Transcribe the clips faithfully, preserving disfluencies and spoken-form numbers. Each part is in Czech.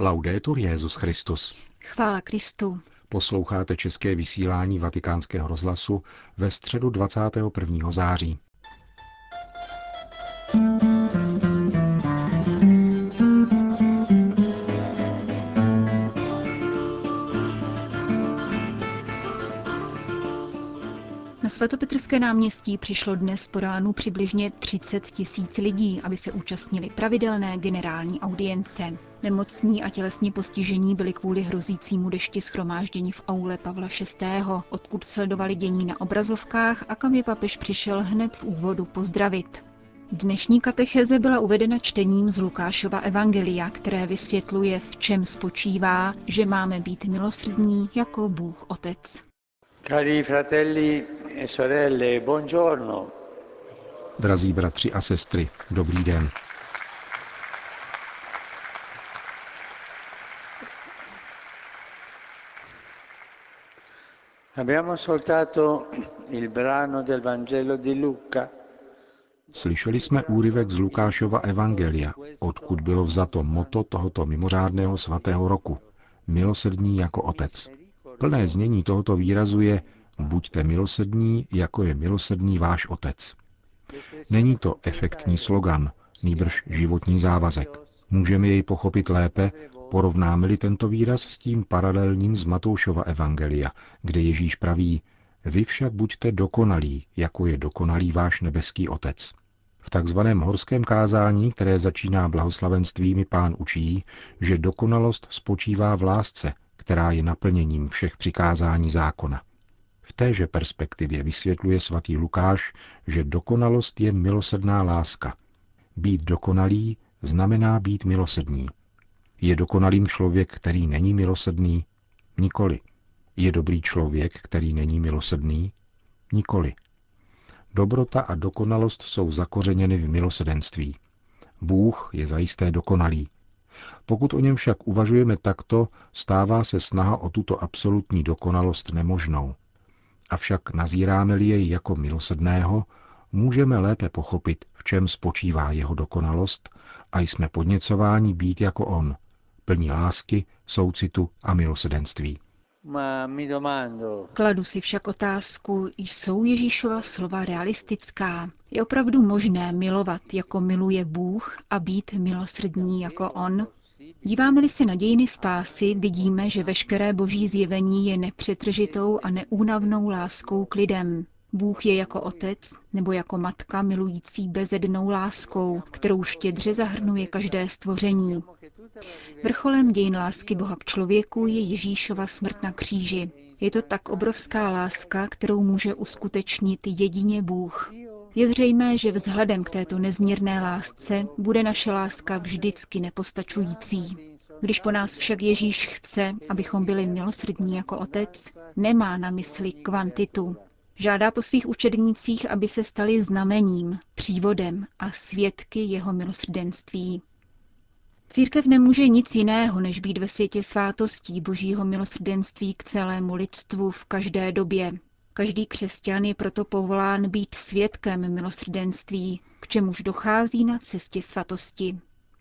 Laudetur Jesus Christus. Chvála Kristu. Posloucháte české vysílání Vatikánského rozhlasu ve středu dvacátého prvního září. Na svatopetrské náměstí přišlo dnes po ránu přibližně třicet tisíc lidí, aby se účastnili pravidelné generální audience. Nemocní a tělesně postižení byli kvůli hrozícímu dešti shromážděni v aule Pavla šestého., odkud sledovali dění na obrazovkách a kam je papež přišel hned v úvodu pozdravit. Dnešní katecheze byla uvedena čtením z Lukášova evangelia, které vysvětluje, v čem spočívá, že máme být milosrdní jako Bůh Otec. Cari fratelli e sorelle, buongiorno. Drazí bratři a sestry, dobrý den. Abbiamo ascoltato il brano del Vangelo di Luca. Slyšeli jsme úryvek z Lukášova evangelia, odkud bylo vzato motto tohoto mimořádného svatého roku. Milosrdní jako Otec. Plné znění tohoto výrazu je: buďte milosrdní, jako je milosrdný váš Otec. Není to efektní slogan, nýbrž životní závazek. Můžeme jej pochopit lépe, porovnáme-li tento výraz s tím paralelním z Matoušova evangelia, kde Ježíš praví: vy však buďte dokonalí, jako je dokonalý váš nebeský Otec. V takzvaném horském kázání, které začíná blahoslavenstvími, Pán učí, že dokonalost spočívá v lásce, která je naplněním všech přikázání zákona. V téže perspektivě vysvětluje svatý Lukáš, že dokonalost je milosrdná láska. Být dokonalý znamená být milosrdný. Je dokonalým člověk, který není milosrdný? Nikoli. Je dobrý člověk, který není milosrdný? Nikoli. Dobrota a dokonalost jsou zakořeněny v milosrdenství. Bůh je zajisté dokonalý. Pokud o něm však uvažujeme takto, stává se snaha o tuto absolutní dokonalost nemožnou. Avšak nazíráme-li jej jako milosrdného, můžeme lépe pochopit, v čem spočívá jeho dokonalost a jsme podněcováni být jako on, plní lásky, soucitu a milosrdenství. Kladu si však otázku, jsou Ježíšova slova realistická? Je opravdu možné milovat, jako miluje Bůh, a být milosrdní jako on? Díváme-li se na dějiny spásy, vidíme, že veškeré boží zjevení je nepřetržitou a neúnavnou láskou k lidem. Bůh je jako otec nebo jako matka milující bezednou láskou, kterou štědře zahrnuje každé stvoření. Vrcholem dějin lásky Boha k člověku je Ježíšova smrt na kříži. Je to tak obrovská láska, kterou může uskutečnit jedině Bůh. Je zřejmé, že vzhledem k této nezměrné lásce bude naše láska vždycky nepostačující. Když po nás však Ježíš chce, abychom byli milosrdní jako Otec, nemá na mysli kvantitu. Žádá po svých učednících, aby se stali znamením, přívodem a svědky jeho milosrdenství. Církev nemůže nic jiného, než být ve světě svátostí božího milosrdenství k celému lidstvu v každé době. Každý křesťan je proto povolán být svědkem milosrdenství, k čemuž dochází na cestě svatosti.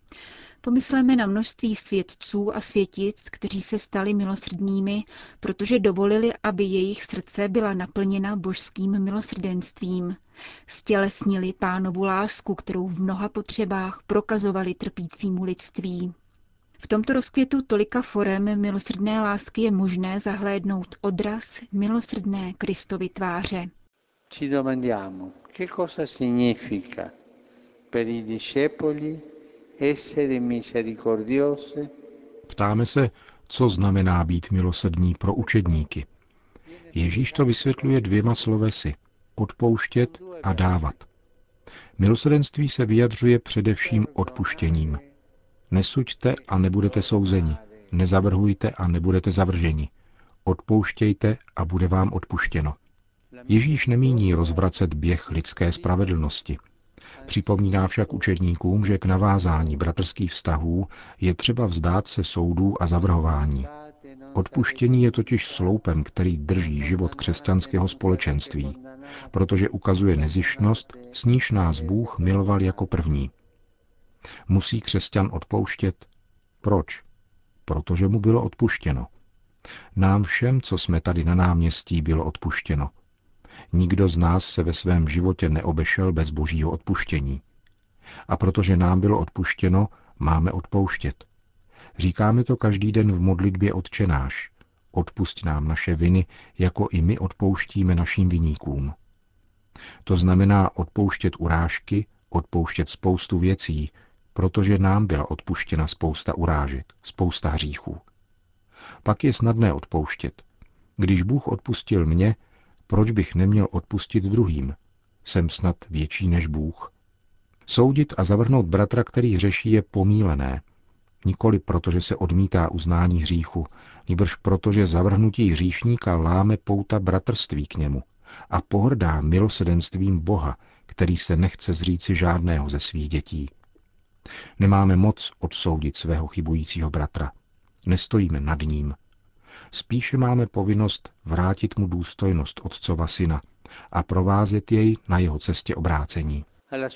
Pomysleme na množství svědců a světic, kteří se stali milosrdnými, protože dovolili, aby jejich srdce byla naplněna božským milosrdenstvím. Stělesnili Pánovu lásku, kterou v mnoha potřebách prokazovali trpícímu lidství. V tomto rozkvětu tolika forem milosrdné lásky je možné zahlédnout odraz milosrdné Kristovy tváře. Ci domandiamo, che cosa significa per i discepoli essere misericordiosi? Ptáme se, co znamená být milosrdný pro učedníky. Ježíš to vysvětluje dvěma slovesy: odpouštět a dávat. Milosrdenství se vyjadřuje především odpuštěním. Nesuďte a nebudete souzeni, nezavrhujte a nebudete zavrženi. Odpouštějte a bude vám odpuštěno. Ježíš nemíní rozvracet běh lidské spravedlnosti. Připomíná však učedníkům, že k navázání bratrských vztahů je třeba vzdát se soudů a zavrhování. Odpuštění je totiž sloupem, který drží život křesťanského společenství, protože ukazuje nezištnost, s níž nás Bůh miloval jako první. Musí křesťan odpouštět? Proč? protože mu bylo odpuštěno. Nám všem, co jsme tady na náměstí, bylo odpuštěno. Nikdo z nás se ve svém životě neobešel bez božího odpuštění. A protože nám bylo odpuštěno, máme odpouštět. Říkáme to každý den v modlitbě Otče náš. Odpusť nám naše viny, jako i my odpouštíme našim viníkům. To znamená odpouštět urážky, odpouštět spoustu věcí, protože nám byla odpuštěna spousta urážek, spousta hříchů. Pak je snadné odpouštět. Když Bůh odpustil mě, proč bych neměl odpustit druhým? Jsem snad větší než Bůh? Soudit a zavrhnout bratra, který hřeší, je pomílené. Nikoli proto, že se odmítá uznání hříchu, nýbrž proto, že zavrhnutí hříšníka láme pouta bratrství k němu a pohrdá milosrdenstvím Boha, který se nechce zříci žádného ze svých dětí. Nemáme moc odsoudit svého chybujícího bratra. Nestojíme nad ním. Spíše máme povinnost vrátit mu důstojnost otcova syna a provázet jej na jeho cestě obrácení.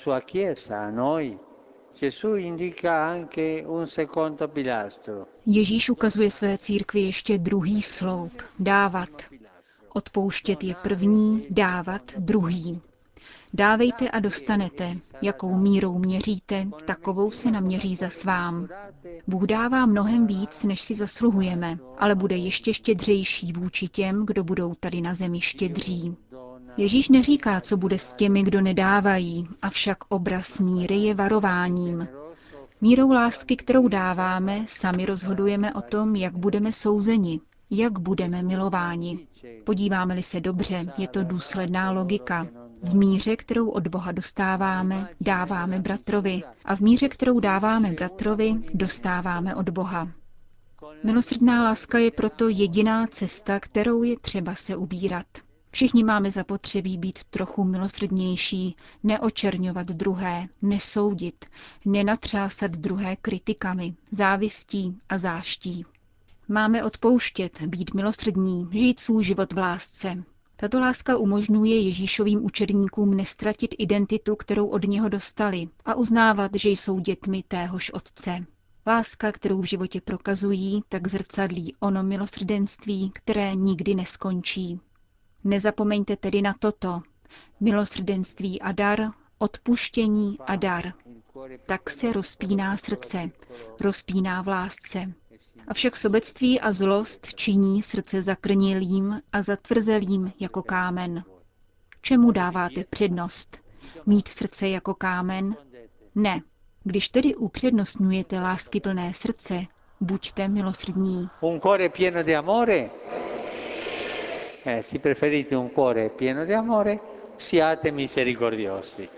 Ježíš ukazuje své církvi ještě druhý sloup – dávat. Odpouštět je první, dávat druhý. Dávejte a dostanete, jakou mírou měříte, takovou se naměří zas vám. Bůh dává mnohem víc, než si zasluhujeme, ale bude ještě štědřejší vůči těm, kdo budou tady na zemi štědří. Ježíš neříká, co bude s těmi, kdo nedávají, avšak obraz míry je varováním. Mírou lásky, kterou dáváme, sami rozhodujeme o tom, jak budeme souzeni, jak budeme milováni. Podíváme-li se dobře, je to důsledná logika. V míře, kterou od Boha dostáváme, dáváme bratrovi a v míře, kterou dáváme bratrovi, dostáváme od Boha. Milosrdná láska je proto jediná cesta, kterou je třeba se ubírat. Všichni máme zapotřebí být trochu milosrdnější, neočerňovat druhé, nesoudit, nenatřásat druhé kritikami, závistí a záští. Máme odpouštět, být milosrdní, žít svůj život v lásce. Tato láska umožňuje Ježíšovým učedníkům nestratit identitu, kterou od něho dostali, a uznávat, že jsou dětmi téhož Otce. Láska, kterou v životě prokazují, tak zrcadlí ono milosrdenství, které nikdy neskončí. Nezapomeňte tedy na toto. Milosrdenství a dar, odpuštění a dar. Tak se rozpíná srdce, rozpíná v lásce. Avšak sobectví a zlost činí srdce zakrnělým a zatvrzelým jako kámen. Čemu dáváte přednost? Mít srdce jako kámen? Ne. Když tedy upřednostňujete láskyplné srdce, buďte milosrdní. Un cuore pieno di amore. Eh, si preferite un cuore pieno di amore, siate misericordiosi.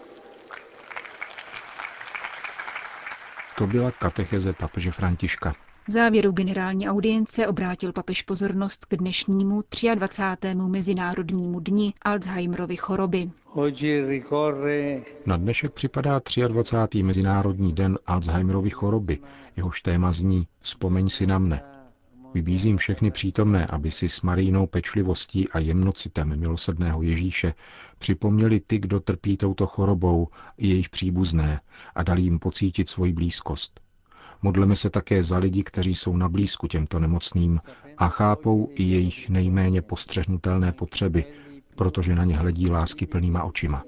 To byla katecheze papeže Františka. V závěru generální audience obrátil papež pozornost k dnešnímu dvacátému třetímu Mezinárodnímu dni Alzheimerovy choroby. Na dnešek připadá dvacátý třetí Mezinárodní den Alzheimerovy choroby, jehož téma zní Vzpomeň si na mne. Vybízím všechny přítomné, aby si s Marijnou pečlivostí a jemnocitem milosrdného Ježíše připomněli ty, kdo trpí touto chorobou, i jejich příbuzné, a dali jim pocítit svoji blízkost. Modleme se také za lidi, kteří jsou na blízku těmto nemocným a chápou i jejich nejméně postřehnutelné potřeby, protože na ně hledí láskyplnýma očima.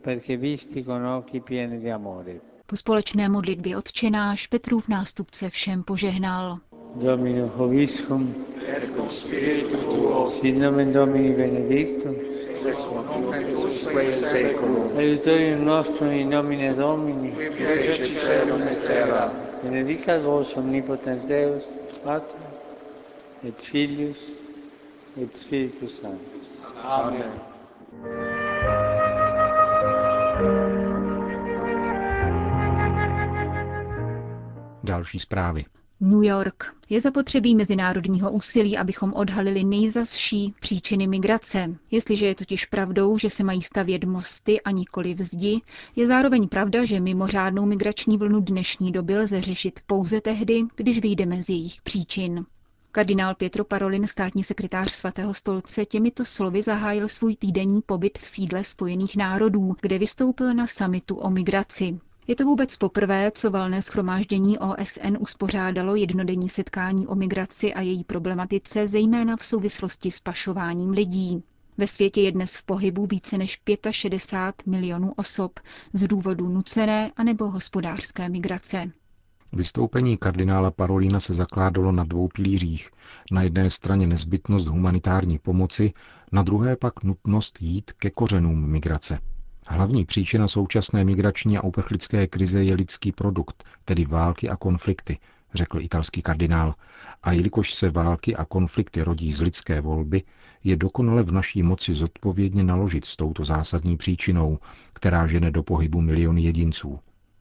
Po společné modlitbě Otče náš Petrův nástupce všem požehnal. Domino Hoviscum, et cum spiritu tuo, sit nomen Domini benedictum, ex hoc nunc et usque in saeculum. Aiutorium nostrum in nomine Domini, qui fecit caelum et terra. Benedicat vos omnipotens Deus, Pater, et Filius, et Spiritus Sanctus. Amen. Další zprávy. New York. Je zapotřebí mezinárodního úsilí, abychom odhalili nejzazší příčiny migrace. Jestliže je totiž pravdou, že se mají stavět mosty a nikoli zdi, je zároveň pravda, že mimořádnou migrační vlnu dnešní doby lze řešit pouze tehdy, když vyjdeme z jejich příčin. Kardinál Pietro Parolin, státní sekretář Svatého stolce, těmito slovy zahájil svůj týdenní pobyt v sídle Spojených národů, kde vystoupil na summitu o migraci. Je to vůbec poprvé, co valné shromáždění O S N uspořádalo jednodenní setkání o migraci a její problematice, zejména v souvislosti s pašováním lidí. Ve světě je dnes v pohybu více než šedesát pět milionů osob z důvodu nucené anebo hospodářské migrace. Vystoupení kardinála Parolina se zakládalo na dvou pilířích. Na jedné straně nezbytnost humanitární pomoci, na druhé pak nutnost jít ke kořenům migrace. Hlavní příčina současné migrační a uprchlické krize je lidský produkt, tedy války a konflikty, řekl italský kardinál. A jelikož se války a konflikty rodí z lidské volby, je dokonale v naší moci zodpovědně naložit s touto zásadní příčinou, která žene do pohybu miliony jedinců.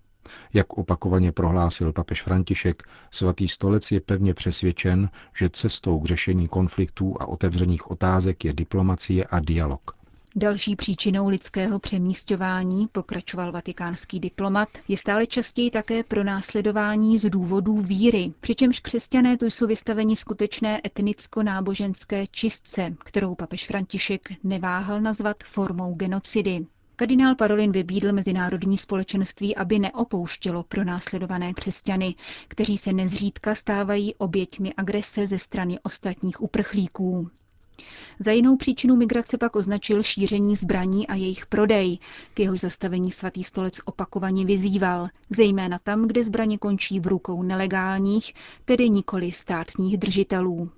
Jak opakovaně prohlásil papež František, svatý stolec je pevně přesvědčen, že cestou k řešení konfliktů a otevřených otázek je diplomacie a dialog. Další příčinou lidského přemísťování, pokračoval vatikánský diplomat, je stále častěji také pronásledování z důvodů víry, přičemž křesťané tu jsou vystaveni skutečné etnicko-náboženské čistce, kterou papež František neváhal nazvat formou genocidy. Kardinál Parolin vybídl mezinárodní společenství, aby neopouštělo pronásledované křesťany, kteří se nezřídka stávají oběťmi agrese ze strany ostatních uprchlíků. Za jinou příčinu migrace pak označil šíření zbraní a jejich prodej, k jehož zastavení svatý stolec opakovaně vyzýval, zejména tam, kde zbraně končí v rukou nelegálních, tedy nikoli státních držitelů.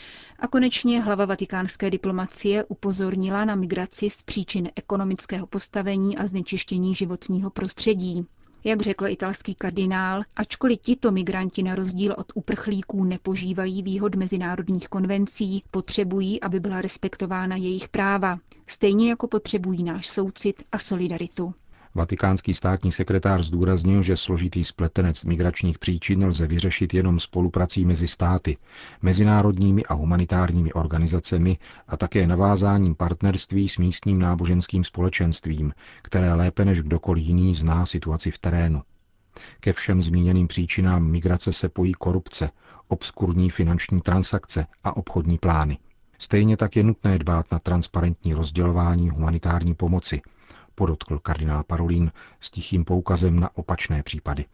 A konečně hlava vatikánské diplomacie upozornila na migraci z příčin ekonomického postavení a znečištění životního prostředí. Jak řekl italský kardinál, ačkoliv tito migranti na rozdíl od uprchlíků nepožívají výhod mezinárodních konvencí, potřebují, aby byla respektována jejich práva, stejně jako potřebují náš soucit a solidaritu. Vatikánský státní sekretář zdůraznil, že složitý spletenec migračních příčin lze vyřešit jenom spoluprací mezi státy, mezinárodními a humanitárními organizacemi a také navázáním partnerství s místním náboženským společenstvím, které lépe než kdokoliv jiný zná situaci v terénu. Ke všem zmíněným příčinám migrace se pojí korupce, obskurní finanční transakce a obchodní plány. Stejně tak je nutné dbát na transparentní rozdělování humanitární pomoci, podotkl kardinál Parolin s tichým poukazem na opačné případy.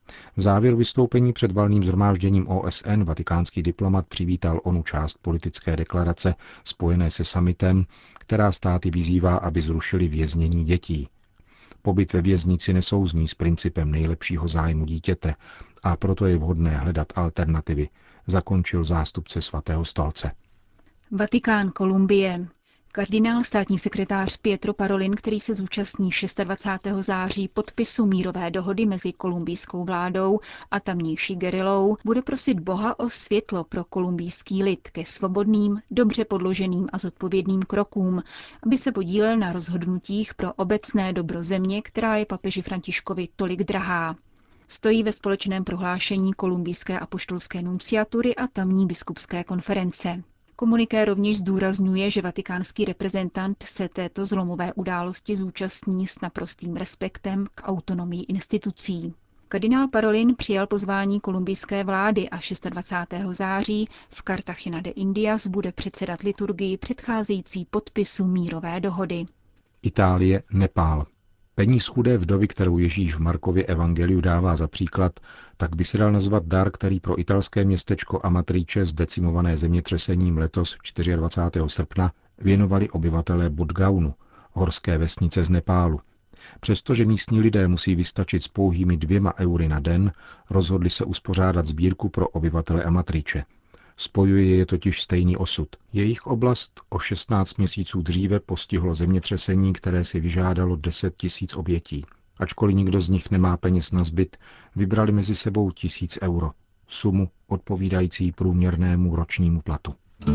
V závěru vystoupení před valným shromážděním O S N vatikánský diplomat přivítal onu část politické deklarace spojené se summitem, která státy vyzývá, aby zrušili věznění dětí. Pobyt ve věznici nesouzní s principem nejlepšího zájmu dítěte a proto je vhodné hledat alternativy, zakončil zástupce svatého stolce. Vatikán, Kolumbie. Kardinál státní sekretář Pietro Parolin, který se zúčastní dvacátého šestého září podpisu mírové dohody mezi kolumbijskou vládou a tamnější gerilou, bude prosit Boha o světlo pro kolumbijský lid ke svobodným, dobře podloženým a zodpovědným krokům, aby se podílel na rozhodnutích pro obecné dobro země, která je papeži Františkovi tolik drahá. Stojí ve společném prohlášení kolumbijské apoštolské nunciatury a tamní biskupské konference. Komuniké rovněž zdůrazňuje, že vatikánský reprezentant se této zlomové události zúčastní s naprostým respektem k autonomii institucí. Kardinál Parolin přijal pozvání kolumbijské vlády a dvacátého šestého září v Cartagena de Indias bude předsedat liturgii předcházející podpisu mírové dohody. Itálie, Nepál. Peníz chudé vdovy, kterou Ježíš v Markově evangeliu dává za příklad, tak by se dal nazvat dar, který pro italské městečko Amatrice zdecimované zemětřesením letos dvacátého čtvrtého srpna věnovali obyvatelé Bodgaunu, horské vesnice z Nepálu. Přestože místní lidé musí vystačit s pouhými dvěma eury na den, rozhodli se uspořádat sbírku pro obyvatele Amatrice. Spojuje je totiž stejný osud. Jejich oblast o šestnáct měsíců dříve postihlo zemětřesení, které si vyžádalo deset tisíc obětí. Ačkoliv nikdo z nich nemá peněz na zbyt, vybrali mezi sebou tisíc euro, sumu odpovídající průměrnému ročnímu platu.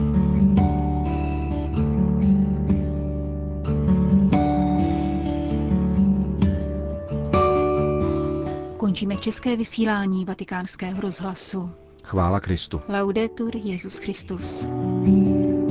Končíme české vysílání Vatikánského rozhlasu. Chvála Kristu. Laudetur Jesus Christus.